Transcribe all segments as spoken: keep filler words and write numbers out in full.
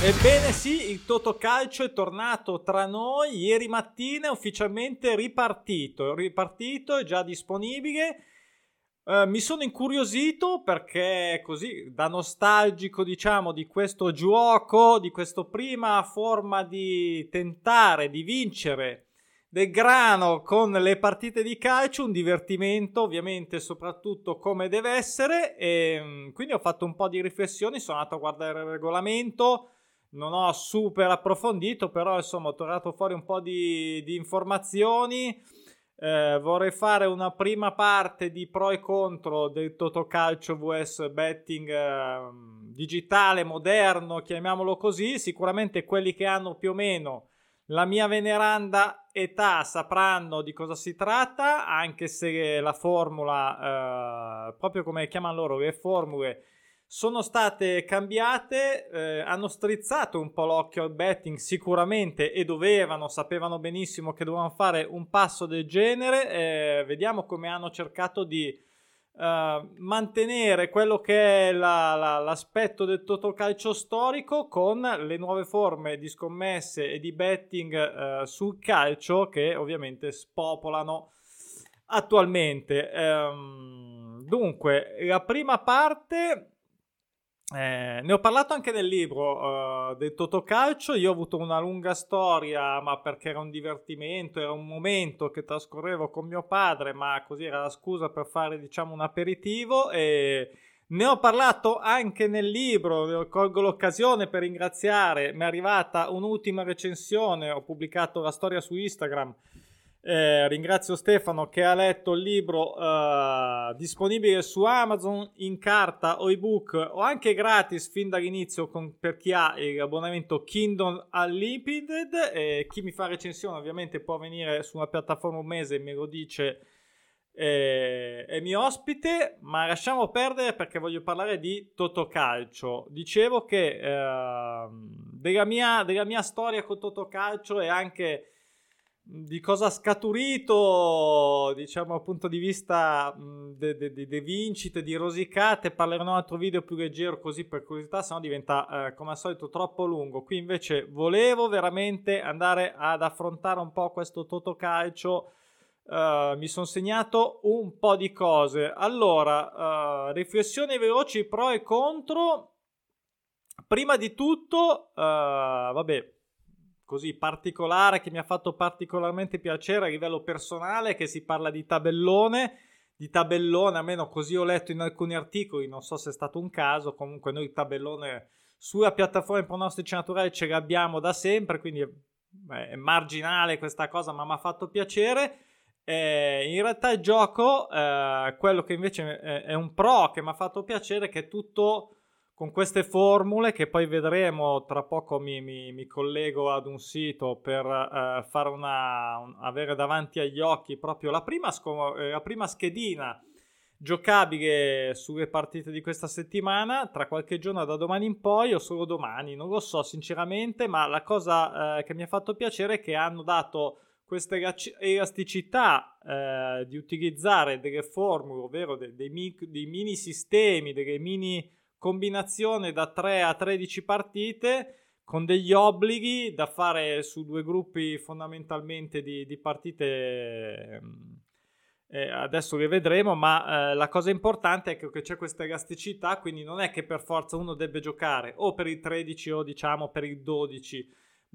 Ebbene sì, il Totocalcio è tornato tra noi, ieri mattina è ufficialmente ripartito, ripartito, è già disponibile. Uh, mi sono incuriosito perché così, da nostalgico diciamo di questo gioco, di questa prima forma di tentare di vincere del grano con le partite di calcio, un divertimento ovviamente soprattutto come deve essere, e quindi ho fatto un po' di riflessioni, sono andato a guardare il regolamento, non ho super approfondito, però insomma ho tirato fuori un po' di, di informazioni. Eh, vorrei fare una prima parte di pro e contro del Totocalcio vs betting eh, digitale, moderno, chiamiamolo così. Sicuramente quelli che hanno più o meno la mia veneranda età sapranno di cosa si tratta, anche se la formula, eh, proprio come chiamano loro, le formule sono state cambiate, eh, hanno strizzato un po' l'occhio al betting sicuramente, e dovevano, sapevano benissimo che dovevano fare un passo del genere. Eh, vediamo come hanno cercato di Uh, mantenere quello che è la, la, l'aspetto del totocalcio storico con le nuove forme di scommesse e di betting uh, sul calcio che ovviamente spopolano attualmente. Um, dunque, la prima parte eh, ne ho parlato anche nel libro uh, del Totocalcio. Io ho avuto una lunga storia, ma perché era un divertimento, era un momento che trascorrevo con mio padre, ma così era la scusa per fare diciamo un aperitivo, e ne ho parlato anche nel libro. Colgo l'occasione per ringraziare, mi è arrivata un'ultima recensione, ho pubblicato la storia su Instagram. Eh, ringrazio Stefano che ha letto il libro, uh, disponibile su Amazon in carta o ebook o anche gratis fin dall'inizio con, per chi ha l'abbonamento Kindle Unlimited. E chi mi fa recensione ovviamente può venire su una piattaforma un mese e me lo dice, eh, è mio ospite. Ma lasciamo perdere perché voglio parlare di Totocalcio. Dicevo che uh, della, mia, della mia storia con Totocalcio e anche di cosa ha scaturito, diciamo, dal punto di vista di de, de, de vincite, di rosicate, parlerò in un altro video più leggero così per curiosità, sennò diventa eh, come al solito troppo lungo. Qui invece volevo veramente andare ad affrontare un po' questo Totocalcio. Uh, mi sono segnato un po' di cose. Allora, uh, riflessioni veloci pro e contro. Prima di tutto, uh, vabbè, così particolare, che mi ha fatto particolarmente piacere a livello personale, che si parla di tabellone, di tabellone, almeno così ho letto in alcuni articoli, non so se è stato un caso. Comunque noi il tabellone sulla piattaforma di pronostici naturali ce l'abbiamo da sempre, quindi è, è marginale questa cosa, ma mi ha fatto piacere. Eh, in realtà il gioco, eh, quello che invece è, è un pro che mi ha fatto piacere, che è tutto con queste formule che poi vedremo tra poco. Mi, mi, mi collego ad un sito per uh, fare una, un, avere davanti agli occhi proprio la prima, sco- la prima schedina giocabile sulle partite di questa settimana, tra qualche giorno, da domani in poi o solo domani, non lo so sinceramente. Ma la cosa uh, che mi ha fatto piacere è che hanno dato questa elasticità uh, di utilizzare delle formule, ovvero dei, dei, mic- dei mini sistemi, delle mini combinazione da tre a tredici partite, con degli obblighi da fare su due gruppi fondamentalmente di, di partite. Eh, adesso le vedremo, ma eh, la cosa importante è che, che c'è questa elasticità, quindi non è che per forza uno deve giocare o per il tredici o diciamo per il dodici,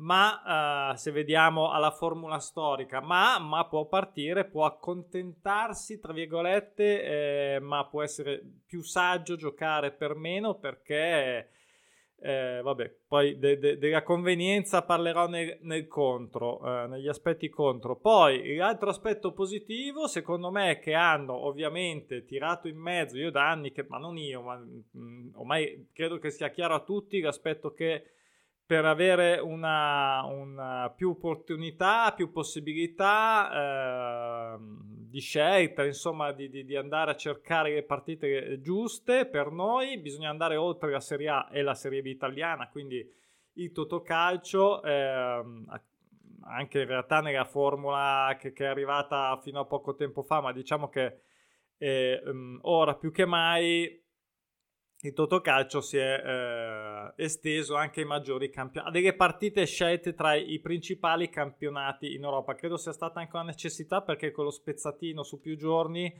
ma uh, se vediamo alla formula storica, ma, ma può partire, può accontentarsi tra virgolette, eh, ma può essere più saggio giocare per meno, perché eh, vabbè, poi de, de, della convenienza parlerò nel, nel contro, eh, negli aspetti contro. Poi l'altro aspetto positivo secondo me è che hanno ovviamente tirato in mezzo, io da anni che, ma non io, ma mh, ormai credo che sia chiaro a tutti l'aspetto che per avere una, una più opportunità, più possibilità eh, di scelta, insomma di, di, di andare a cercare le partite giuste per noi, bisogna andare oltre la Serie A e la Serie B italiana, quindi il Totocalcio, eh, anche in realtà nella formula che, che è arrivata fino a poco tempo fa, ma diciamo che eh, ora più che mai il Totocalcio si è eh, esteso anche ai maggiori campionati, a delle partite scelte tra i principali campionati in Europa. Credo sia stata anche una necessità, perché con lo spezzatino su più giorni,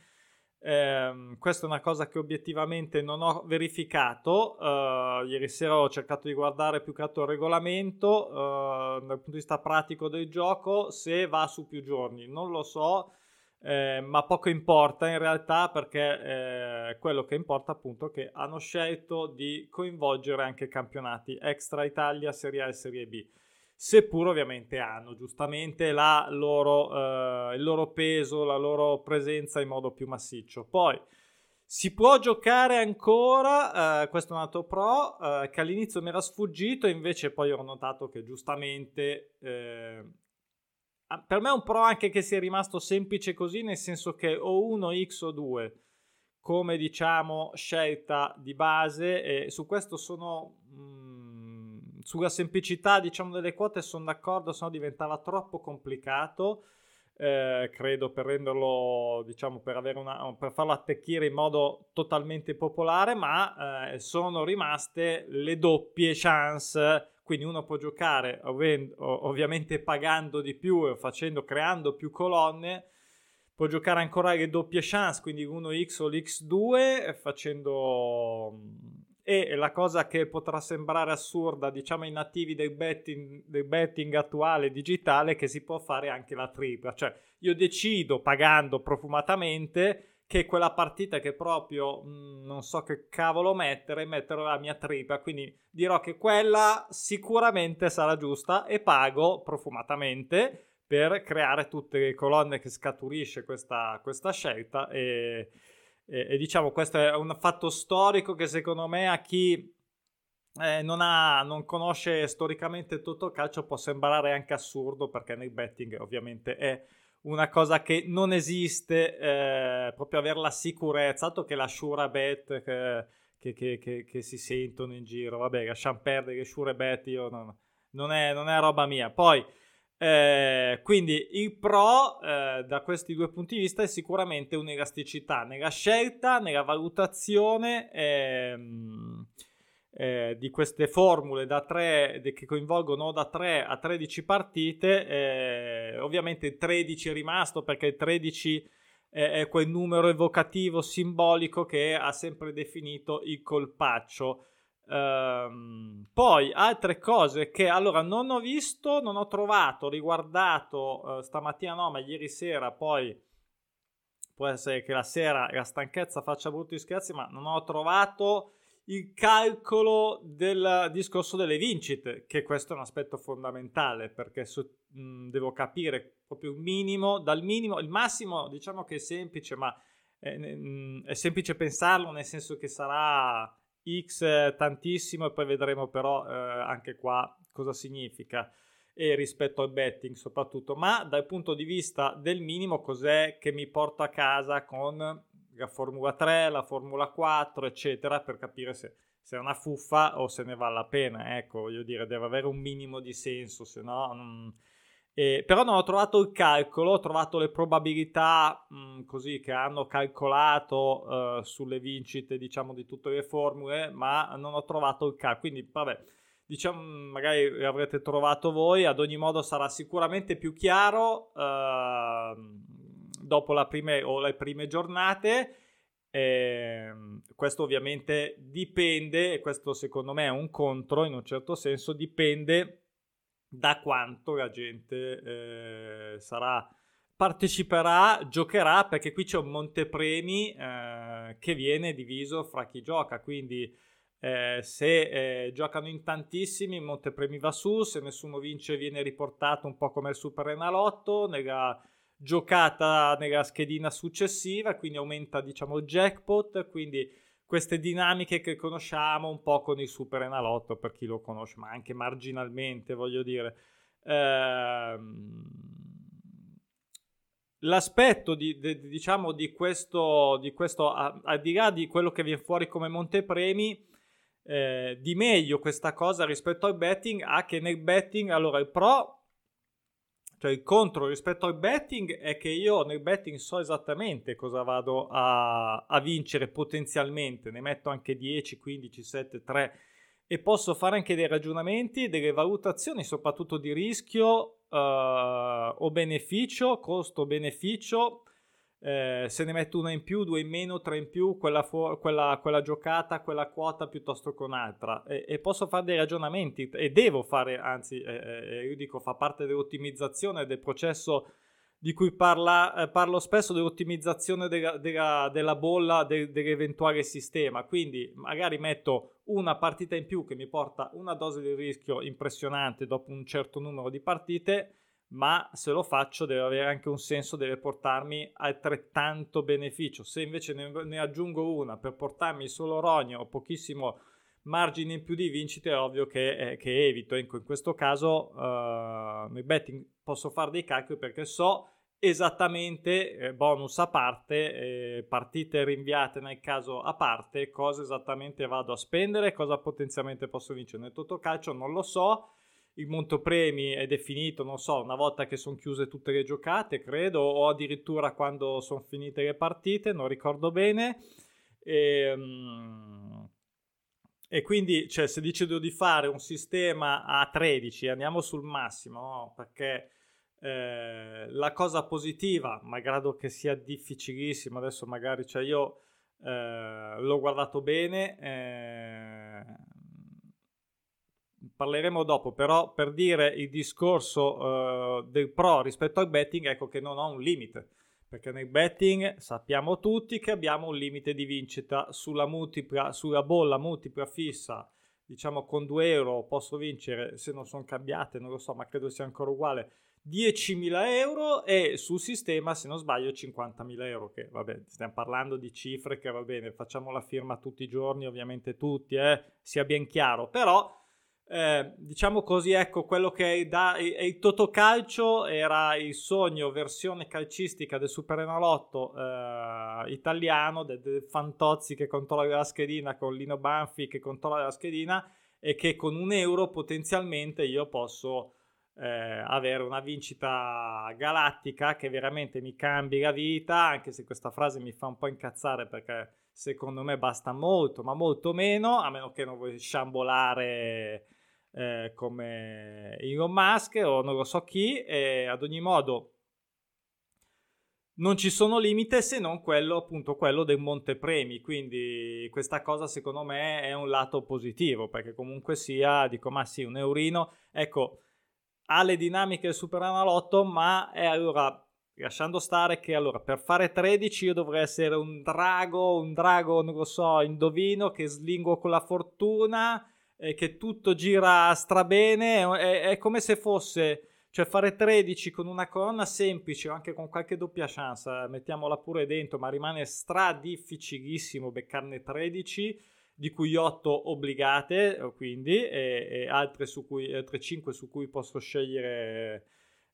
ehm, questa è una cosa che obiettivamente non ho verificato. Uh, ieri sera ho cercato di guardare più che altro il regolamento, uh, dal punto di vista pratico del gioco, se va su più giorni. Non lo so. Eh, ma poco importa in realtà, perché eh, quello che importa appunto è che hanno scelto di coinvolgere anche campionati extra Italia, Serie A e Serie B, seppur ovviamente hanno giustamente la loro, eh, il loro peso, la loro presenza in modo più massiccio. Poi si può giocare ancora, eh, questo è un altro pro, eh, che all'inizio mi era sfuggito, invece poi ho notato che giustamente... Eh, per me è un pro anche che sia rimasto semplice così, nel senso che o uno X o due come diciamo scelta di base, e su questo sono mh, sulla semplicità diciamo delle quote sono d'accordo, se no diventava troppo complicato, eh, credo, per renderlo diciamo per avere una per farlo attecchire in modo totalmente popolare, ma eh, sono rimaste le doppie chance. Quindi uno può giocare ov- ovviamente pagando di più e facendo, creando più colonne, può giocare ancora le doppie chance, quindi uno X o l'X due, facendo... E la cosa che potrà sembrare assurda, diciamo, ai nativi del betting, del betting attuale digitale, è che si può fare anche la tripla. Cioè io decido, pagando profumatamente, che quella partita che proprio mh, non so che cavolo mettere, metterò la mia tripla, quindi dirò che quella sicuramente sarà giusta e pago profumatamente per creare tutte le colonne che scaturisce questa, questa scelta, e, e, e diciamo questo è un fatto storico che secondo me a chi eh, non, ha, non conosce storicamente il Totocalcio può sembrare anche assurdo, perché nel betting ovviamente è una cosa che non esiste, eh, proprio avere la sicurezza, altro che la sure bet che, che, che, che, che si sentono in giro. Vabbè, lasciamo perdere che sure bet, io non, non, è, non è roba mia. Poi eh, quindi il pro eh, da questi due punti di vista è sicuramente un'elasticità nella scelta, nella valutazione ehm, eh, di queste formule da tre, che coinvolgono da tre a tredici partite. Eh, ovviamente tredici è rimasto perché il tredici è, è quel numero evocativo simbolico che ha sempre definito il colpaccio. Um, poi altre cose che allora non ho visto, non ho trovato, riguardato uh, stamattina no, ma ieri sera, poi può essere che la sera la stanchezza faccia brutti scherzi, ma non ho trovato il calcolo del discorso delle vincite, che questo è un aspetto fondamentale, perché su, mh, devo capire proprio il minimo, dal minimo, il massimo diciamo che è semplice, ma è, mh, è semplice pensarlo, nel senso che sarà X tantissimo, e poi vedremo però eh, anche qua cosa significa, e rispetto al betting soprattutto, ma dal punto di vista del minimo cos'è che mi porto a casa con la Formula tre, la Formula quattro eccetera, per capire se, se è una fuffa o se ne vale la pena. Ecco, voglio dire, deve avere un minimo di senso, se no non... Eh, però non ho trovato il calcolo, ho trovato le probabilità mh, così che hanno calcolato uh, sulle vincite diciamo di tutte le formule, ma non ho trovato il calcolo, quindi vabbè, diciamo magari l'avrete trovato voi. Ad ogni modo sarà sicuramente più chiaro uh, dopo la prime, o le prime giornate. Eh, questo ovviamente dipende, e questo secondo me è un contro in un certo senso, dipende da quanto la gente eh, sarà, parteciperà, giocherà, perché qui c'è un montepremi eh, che viene diviso fra chi gioca, quindi eh, se eh, giocano in tantissimi il montepremi va su, se nessuno vince viene riportato un po' come il Super Enalotto nella giocata, nella schedina successiva, quindi aumenta diciamo il jackpot, quindi queste dinamiche che conosciamo un po' con il Super Enalotto, per chi lo conosce, ma anche marginalmente, voglio dire. Ehm, l'aspetto di, di, diciamo di questo, di questo al di là di quello che viene fuori come montepremi, eh, di meglio questa cosa rispetto al betting ha che nel betting, allora il pro, Cioè il contro rispetto al betting è che io nel betting so esattamente cosa vado a, a vincere potenzialmente, ne metto anche dieci, quindici, sette, tre e posso fare anche dei ragionamenti, delle valutazioni soprattutto di rischio uh, o beneficio, costo-beneficio. Eh, se ne metto una in più, due in meno, tre in più, quella, fu- quella, quella giocata, quella quota piuttosto che un'altra e, e posso fare dei ragionamenti e devo fare, anzi eh, eh, io dico fa parte dell'ottimizzazione del processo di cui parla, eh, parlo spesso, dell'ottimizzazione della, della, della bolla de, dell'eventuale sistema, quindi magari metto una partita in più che mi porta una dose di rischio impressionante dopo un certo numero di partite, ma se lo faccio deve avere anche un senso, deve portarmi altrettanto beneficio. Se invece ne, ne aggiungo una per portarmi solo rogno o pochissimo margine in più di vincita, è ovvio che, eh, che evito. Ecco, in questo caso uh, nel betting posso fare dei calcoli perché so esattamente, eh, bonus a parte, eh, partite rinviate nel caso a parte, cosa esattamente vado a spendere, cosa potenzialmente posso vincere. Nel Totocalcio non lo so. Il montopremi è definito, non so, una volta che sono chiuse tutte le giocate, credo, o addirittura quando sono finite le partite, non ricordo bene. E, um, e quindi, cioè, se decido di fare un sistema a tredici, andiamo sul massimo, no? Perché eh, la cosa positiva, malgrado che sia difficilissimo, adesso magari, cioè io eh, l'ho guardato bene, eh, parleremo dopo, però per dire il discorso uh, del pro rispetto al betting, ecco che non ho un limite, perché nel betting sappiamo tutti che abbiamo un limite di vincita sulla multipla, sulla bolla multipla fissa, diciamo con due euro posso vincere, se non sono cambiate, non lo so, ma credo sia ancora uguale, diecimila euro e sul sistema, se non sbaglio, cinquantamila euro, che vabbè, stiamo parlando di cifre che va bene, facciamo la firma tutti i giorni, ovviamente tutti, eh, sia ben chiaro, però Eh, diciamo così, ecco, quello che è, da, è, è il Totocalcio era il sogno versione calcistica del Superenalotto eh, italiano, del, del Fantozzi che controlla la schedina con Lino Banfi che controlla la schedina e che con un euro potenzialmente io posso eh, avere una vincita galattica che veramente mi cambi la vita, anche se questa frase mi fa un po' incazzare perché secondo me basta molto, ma molto meno, a meno che non vuoi sciambolare eh, come Elon Musk o non lo so chi, e ad ogni modo non ci sono limite se non quello, appunto, quello del montepremi, quindi questa cosa secondo me è un lato positivo, perché comunque sia, dico, ma sì, un eurino, ecco, ha le dinamiche del Superenalotto, ma è allora... Lasciando stare che allora per fare tredici io dovrei essere un drago, un drago, non lo so, indovino, che slingo con la fortuna e che tutto gira strabene. È, è come se fosse, cioè fare tredici con una colonna semplice o anche con qualche doppia chance, eh, mettiamola pure dentro, ma rimane stra difficilissimo beccarne tredici, di cui otto obbligate, quindi, e, e altre, su cui, altre cinque su cui posso scegliere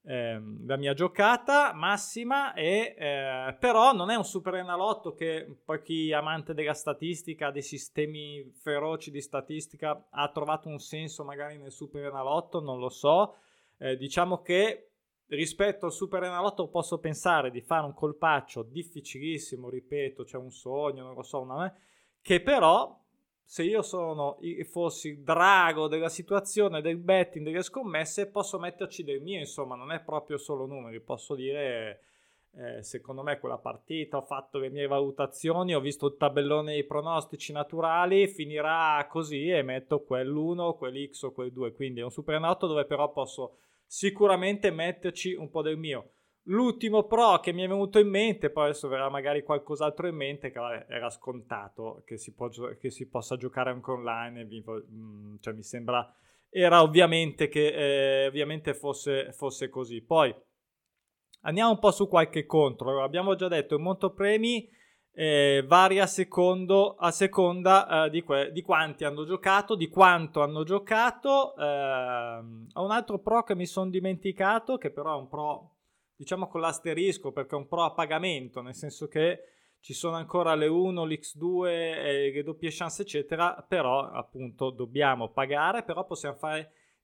la mia giocata massima e eh, però non è un Superenalotto che poi chi amante della statistica, dei sistemi feroci di statistica, ha trovato un senso magari nel Superenalotto, non lo so, eh, diciamo che rispetto al Superenalotto posso pensare di fare un colpaccio difficilissimo, ripeto, c'è un sogno, non lo so, una, che però se io sono, fossi il drago della situazione, del betting, delle scommesse, posso metterci del mio, insomma, non è proprio solo numeri, posso dire, eh, secondo me quella partita, ho fatto le mie valutazioni, ho visto il tabellone dei pronostici naturali, finirà così e metto quell'uno, quell'X o quel due, quindi è un Superenalotto dove però posso sicuramente metterci un po' del mio. L'ultimo pro che mi è venuto in mente, poi adesso verrà magari qualcos'altro in mente, che vabbè, era scontato che si, può, che si possa giocare anche online, vi, cioè mi sembra, era ovviamente che eh, ovviamente fosse, fosse così. Poi andiamo un po' su qualche contro. Allora, abbiamo già detto, il montopremi eh, varia secondo, a seconda eh, di, que- di quanti hanno giocato, di quanto hanno giocato. Eh, ho un altro pro che mi sono dimenticato, che però è un pro, diciamo con l'asterisco, perché è un pro a pagamento, nel senso che ci sono ancora le uno, l'X due, eh, le doppie chance eccetera, però appunto dobbiamo pagare, però possiamo fare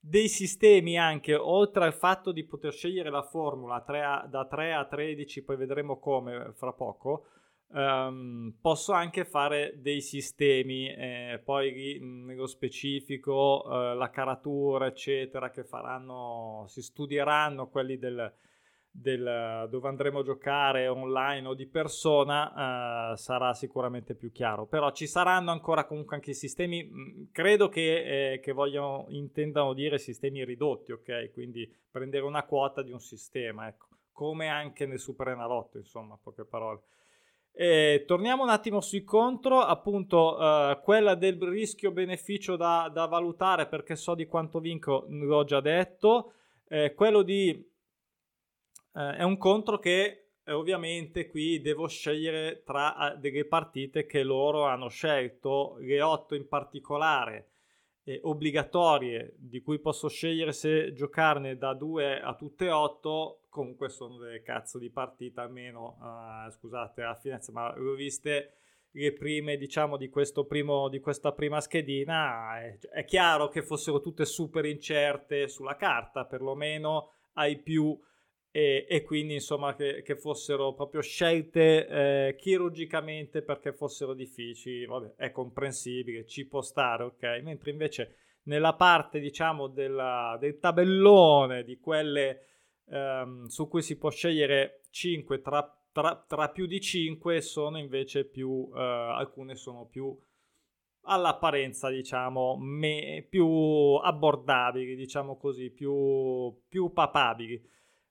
dei sistemi anche, oltre al fatto di poter scegliere la formula tre a, da tre a tredici, poi vedremo come fra poco. Um, posso anche fare dei sistemi, eh, poi nello specifico uh, la caratura eccetera, che faranno, si studieranno quelli del, del dove andremo a giocare online o di persona, uh, sarà sicuramente più chiaro. Però ci saranno ancora comunque anche i sistemi, mh, credo che, eh, che vogliono, intendano dire sistemi ridotti, ok? Quindi prendere una quota di un sistema, ecco, come anche nel Super Enalotto, insomma, poche parole. Eh, torniamo un attimo sui contro, appunto eh, quella del rischio-beneficio da, da valutare, perché so di quanto vinco, l'ho già detto. Eh, quello di eh, è un contro che eh, ovviamente qui devo scegliere tra delle partite che loro hanno scelto, le otto in particolare eh, obbligatorie, di cui posso scegliere se giocarne da due a tutte e otto. Comunque sono delle cazzo di partite, almeno uh, scusate la finezza, ma le ho viste le prime, diciamo, di questo primo di questa prima schedina. È, è chiaro che fossero tutte super incerte sulla carta, perlomeno ai più, e, e quindi insomma che, che fossero proprio scelte eh, chirurgicamente perché fossero difficili. Vabbè, è comprensibile, ci può stare, ok? Mentre invece nella parte, diciamo, della, del tabellone di quelle Um, su cui si può scegliere cinque tra, tra, tra più di cinque, sono invece più uh, alcune sono più all'apparenza, diciamo, me, più abbordabili, diciamo così, più, più papabili.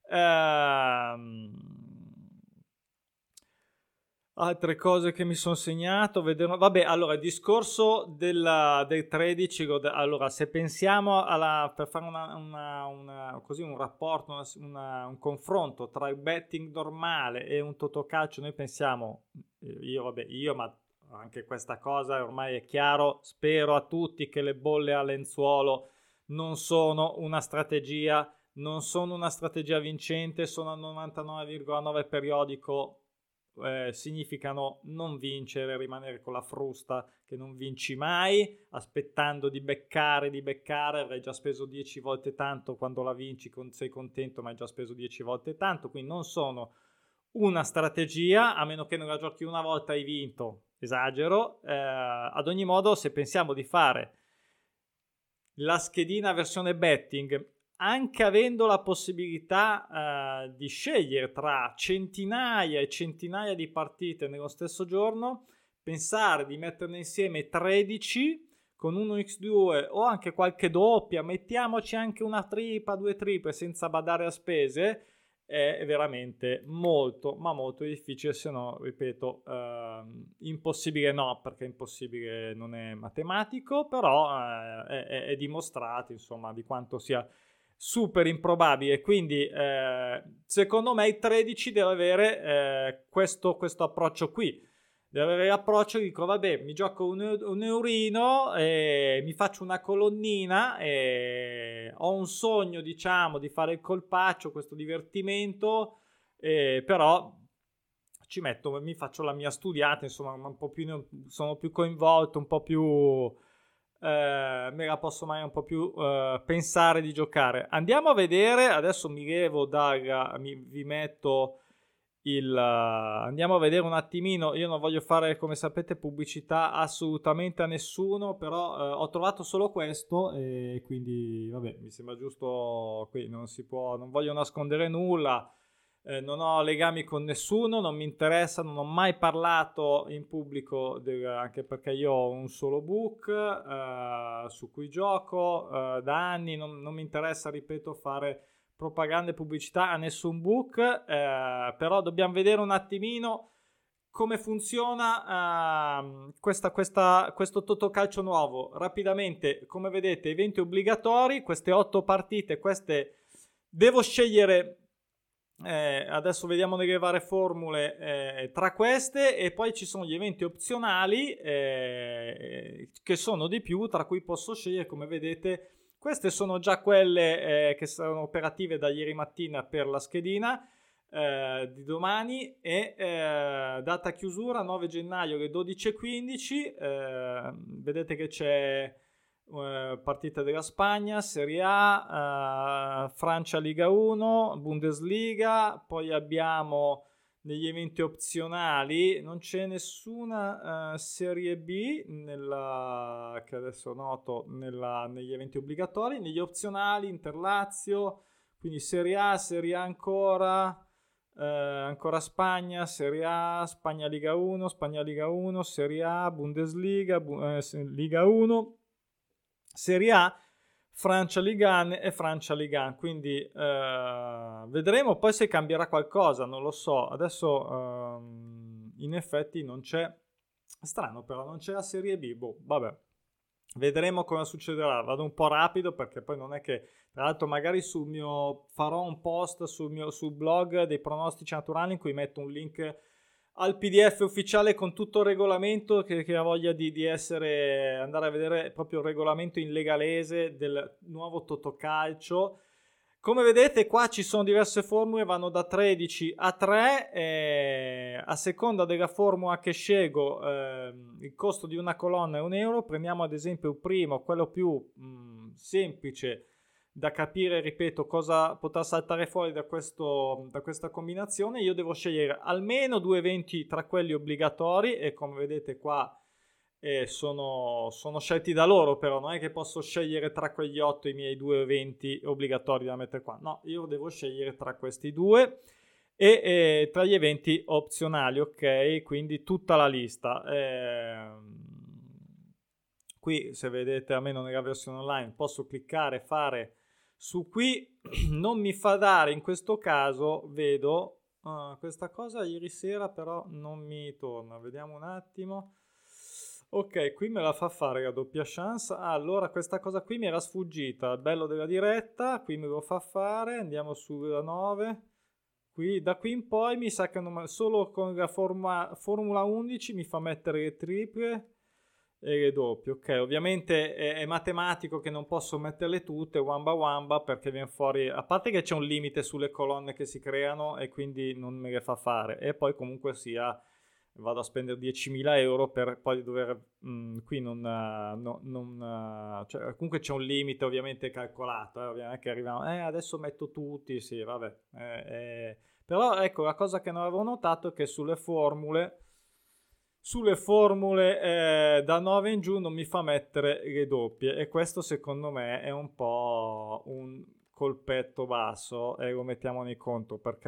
Um, Altre cose che mi sono segnato, vedremo. Vabbè, allora il discorso della, del tredici. Allora, se pensiamo alla, per fare una, una, una, così un rapporto, una, una, un confronto tra il betting normale e un totocalcio, noi pensiamo, io, vabbè, io, ma anche questa cosa ormai è chiaro, spero a tutti che le bolle a lenzuolo non sono una strategia, non sono una strategia vincente, sono al novantanove virgola nove periodico. Eh, significano non vincere, rimanere con la frusta che non vinci mai, aspettando di beccare, di beccare, avrai già speso dieci volte tanto, quando la vinci sei contento ma hai già speso dieci volte tanto, quindi non sono una strategia, a meno che non la giochi una volta e hai vinto, esagero. Eh, ad ogni modo, se pensiamo di fare la schedina versione betting, anche avendo la possibilità uh, di scegliere tra centinaia e centinaia di partite nello stesso giorno, pensare di metterne insieme tredici con uno ics due o anche qualche doppia, mettiamoci anche una tripla, due triple senza badare a spese, è veramente molto ma molto difficile, se no, ripeto, uh, impossibile no, perché impossibile non è matematico, però uh, è, è, è dimostrato, insomma, di quanto sia super improbabile. Quindi eh, secondo me il tredici deve avere eh, questo, questo approccio qui, deve avere l'approccio, dico vabbè, mi gioco un, un eurino e mi faccio una colonnina e ho un sogno, diciamo, di fare il colpaccio, questo divertimento, eh, però ci metto, mi faccio la mia studiata, insomma, un po' più, sono più coinvolto, un po' più Eh, me la posso mai un po' più eh, pensare di giocare. Andiamo a vedere, adesso mi levo dal, mi, vi metto il uh, andiamo a vedere un attimino. Io non voglio fare, come sapete, pubblicità assolutamente a nessuno, però eh, ho trovato solo questo e quindi vabbè, mi sembra giusto. Qui non si può, non voglio nascondere nulla. Eh, non ho legami con nessuno, non mi interessa, non ho mai parlato in pubblico, del, anche perché io ho un solo book eh, su cui gioco eh, da anni, non, non mi interessa, ripeto, fare propaganda e pubblicità a nessun book, eh, però dobbiamo vedere un attimino come funziona uh, questa, questa, questo totocalcio nuovo. Rapidamente, come vedete, eventi obbligatori, queste otto partite, queste devo scegliere. Eh, adesso vediamo nelle varie formule eh, tra queste, e poi ci sono gli eventi opzionali eh, che sono di più, tra cui posso scegliere, come vedete. Queste sono già quelle eh, che saranno operative da ieri mattina per la schedina eh, di domani, e eh, data chiusura nove gennaio alle dodici e quindici. Eh, vedete che c'è eh, partite della Spagna, Serie A, eh, Francia Liga uno, Bundesliga, poi abbiamo negli eventi opzionali, non c'è nessuna uh, Serie B nella, che adesso noto nella, negli eventi obbligatori, negli opzionali Interlazio, quindi Serie A, Serie A ancora, eh, ancora Spagna, Serie A, Spagna Liga uno, Spagna Liga uno, Serie A, Bundesliga, Bu- eh, Liga uno, Serie A, Francia Liga uno e Francia Liga uno, quindi eh, vedremo poi se cambierà qualcosa, non lo so. Adesso ehm, in effetti non c'è, strano però, non c'è la Serie B, boh, vabbè, vedremo cosa succederà. Vado un po' rapido perché poi non è che, tra l'altro magari sul mio, farò un post sul mio sul blog dei pronostici naturali in cui metto un link al P D F ufficiale con tutto il regolamento, che, che ha voglia di, di essere, andare a vedere proprio il regolamento in legalese del nuovo Totocalcio. Come vedete qua ci sono diverse formule, vanno da tredici a tre, eh, a seconda della formula che scelgo eh, il costo di una colonna è un euro. Prendiamo ad esempio il primo, quello più mh, semplice da capire, ripeto, cosa potrà saltare fuori da, questo, da questa combinazione. Io devo scegliere almeno due eventi tra quelli obbligatori e come vedete qua eh, sono, sono scelti da loro, però non è che posso scegliere tra quegli otto i miei due eventi obbligatori da mettere qua, no, io devo scegliere tra questi due e eh, tra gli eventi opzionali, ok, quindi tutta la lista. Eh, qui se vedete almeno nella versione online posso cliccare, fare su qui, non mi fa dare in questo caso, vedo uh, questa cosa ieri sera però non mi torna, vediamo un attimo. Ok, qui me la fa fare la doppia chance. Ah, allora questa cosa qui mi era sfuggita, il bello della diretta, qui me lo fa fare, andiamo sulla nove. Qui, da qui in poi mi sa che non, solo con la forma, Formula undici mi fa mettere le triple e le doppie. Ok, ovviamente è, è matematico che non posso metterle tutte wamba wamba perché viene fuori, a parte che c'è un limite sulle colonne che si creano e quindi non me le fa fare, e poi comunque sia vado a spendere diecimila euro per poi dover mh, qui non, uh, no, non uh, cioè, comunque c'è un limite ovviamente calcolato, eh, ovviamente che arriviamo eh adesso metto tutti, sì vabbè eh, eh. Però ecco, la cosa che non avevo notato è che sulle formule sulle formule eh, da nove in giù non mi fa mettere le doppie, e questo secondo me è un po' un colpetto basso, e lo mettiamo in conto perché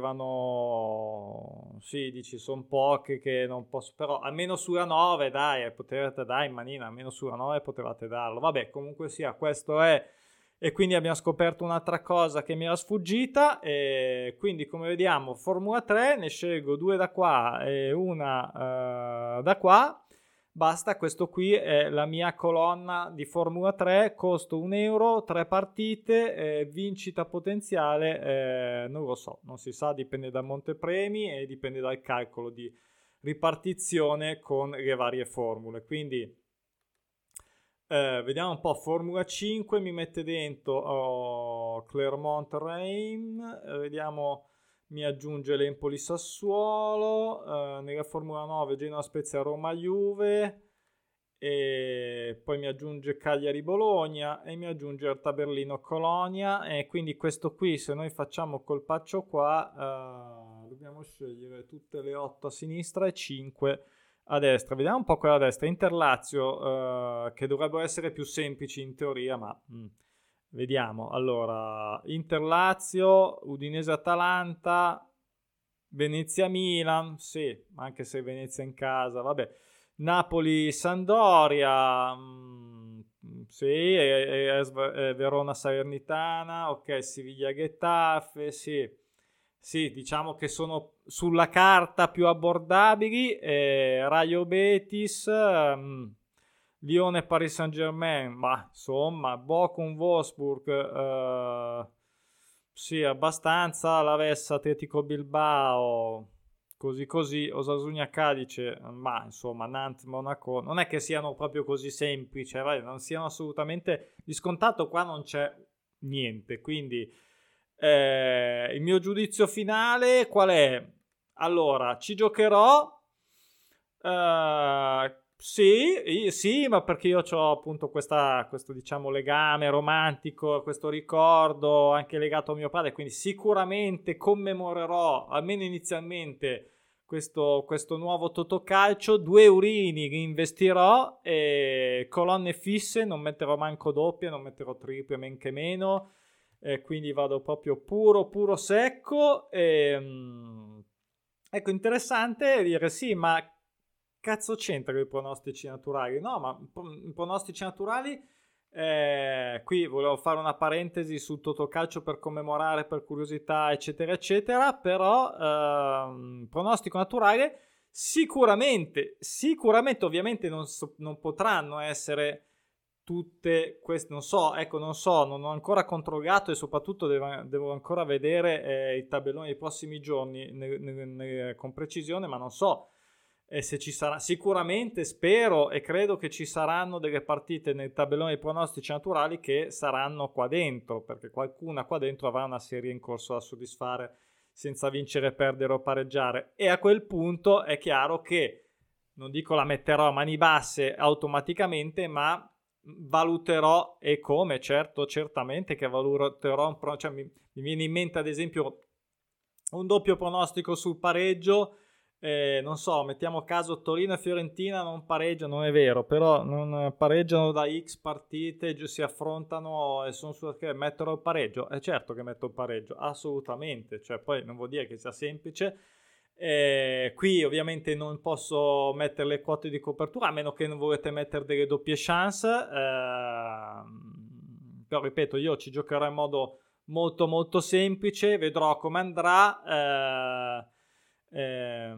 potevano, sì, dici sono poche che non posso, però almeno sulla nove dai, potevate dare in manina, almeno sulla nove potevate darlo. Vabbè, comunque sia, questo è, e quindi abbiamo scoperto un'altra cosa che mi era sfuggita, e quindi come vediamo Formula tre, ne scelgo due da qua e una uh, da qua. Basta, questo qui è la mia colonna di Formula tre, costo un euro, tre partite, eh, vincita potenziale, eh, non lo so, non si sa, dipende dal montepremi e dipende dal calcolo di ripartizione con le varie formule. Quindi eh, vediamo un po', Formula cinque mi mette dentro oh, Clermont-Reim, eh, vediamo... mi aggiunge l'Empoli Sassuolo, eh, nella Formula nove Genoa Spezia Roma Juve, e poi mi aggiunge Cagliari Bologna e mi aggiunge Hertha Berlino Colonia, e quindi questo qui, se noi facciamo colpaccio qua, eh, dobbiamo scegliere tutte le otto a sinistra e cinque a destra. Vediamo un po' quella a destra, Inter-Lazio, eh, che dovrebbero essere più semplici in teoria, ma... Mh. Vediamo, allora, Inter-Lazio, Udinese-Atalanta, Venezia-Milan, sì, anche se Venezia in casa, vabbè, Napoli-Sandoria, mh, sì, e, e, e Verona-Salernitana, ok, Siviglia-Getafe, sì, sì, diciamo che sono sulla carta più abbordabili, eh, Rayo-Betis, mh, Lione Paris Saint Germain, ma insomma, Bochum Wolfsburg, eh, sì, abbastanza, Alaves Atletico Bilbao, così così, Osasuna Cadice, ma insomma, Nantes Monaco, non è che siano proprio così semplici, eh, non siano assolutamente di scontato, qua non c'è niente, quindi eh, il mio giudizio finale qual è? Allora, ci giocherò. Uh, Sì, sì, ma perché io ho appunto questa, questo diciamo legame romantico, questo ricordo anche legato a mio padre, quindi sicuramente commemorerò, almeno inizialmente, questo, questo nuovo Totocalcio. Due eurini li investirò, e colonne fisse, non metterò manco doppie, non metterò triple, men che meno, e quindi vado proprio puro, puro secco. E, mm, ecco, interessante dire sì, ma cazzo c'entra con i pronostici naturali? No, ma i pronostici naturali, eh, qui volevo fare una parentesi sul Totocalcio per commemorare, per curiosità, eccetera, eccetera, però ehm, pronostico naturale sicuramente, sicuramente ovviamente non, so, non potranno essere tutte queste, non so, ecco, non so, non ho ancora controllato e soprattutto devo, devo ancora vedere eh, i tabelloni dei prossimi giorni ne, ne, ne, con precisione, ma non so e se ci sarà, sicuramente spero e credo che ci saranno delle partite nel tabellone dei pronostici naturali che saranno qua dentro, perché qualcuna qua dentro avrà una serie in corso da soddisfare senza vincere, perdere o pareggiare, e a quel punto è chiaro che non dico la metterò a mani basse automaticamente, ma valuterò, e come, certo, certamente che valuterò un pro, cioè mi, mi viene in mente ad esempio un doppio pronostico sul pareggio. Eh, non so, mettiamo caso Torino e Fiorentina non pareggiano, non è vero, però non pareggiano da X partite, si affrontano e sono su che mettono il pareggio. È certo che metto il pareggio, assolutamente, cioè poi non vuol dire che sia semplice. Eh, qui ovviamente non posso mettere le quote di copertura, a meno che non volete mettere delle doppie chance, eh, però ripeto, io ci giocherò in modo molto molto semplice, vedrò come andrà. eh, Eh,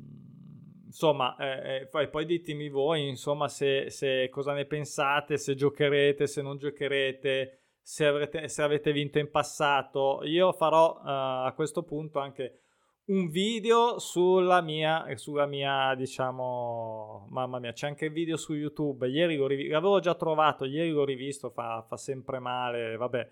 insomma, eh, poi, poi ditemi voi, insomma, se, se cosa ne pensate, se giocherete, se non giocherete, se, avrete, se avete vinto in passato. Io farò uh, a questo punto anche un video sulla mia, sulla mia, diciamo, mamma mia, c'è anche il video su YouTube. Ieri l'ho riv- l'avevo già trovato, ieri l'ho rivisto, fa, fa sempre male, vabbè.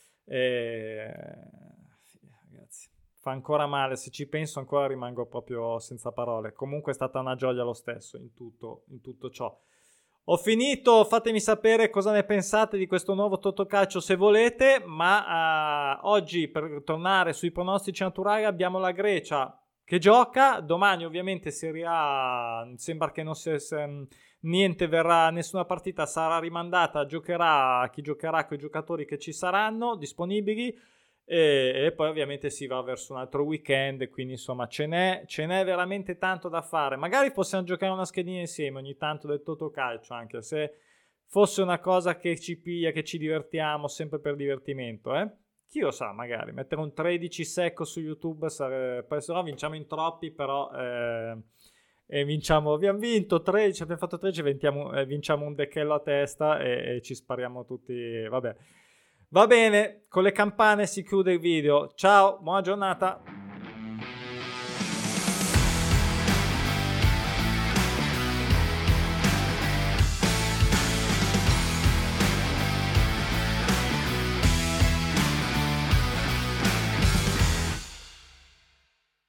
Eh, ragazzi, fa ancora male, se ci penso ancora rimango proprio senza parole. Comunque è stata una gioia lo stesso in tutto, in tutto ciò. Ho finito, fatemi sapere cosa ne pensate di questo nuovo Totocalcio se volete, ma uh, oggi per tornare sui pronostici naturali abbiamo la Grecia che gioca, domani ovviamente Serie A sembra che non si, se, niente verrà, nessuna partita sarà rimandata, giocherà chi giocherà con i giocatori che ci saranno disponibili. E, e poi ovviamente si va verso un altro weekend, quindi insomma ce n'è, ce n'è veramente tanto da fare. Magari possiamo giocare una schedina insieme ogni tanto del Totocalcio, anche se fosse una cosa che ci piglia, che ci divertiamo sempre per divertimento, eh? Chi lo sa, magari mettere un tredici secco su YouTube sare... poi se no vinciamo in troppi, però eh, e vinciamo, abbiamo vinto tredici, abbiamo fatto tredici, vinciamo, eh, vinciamo un decchello a testa e, e ci spariamo tutti, vabbè. Va bene, con le campane si chiude il video. Ciao, buona giornata.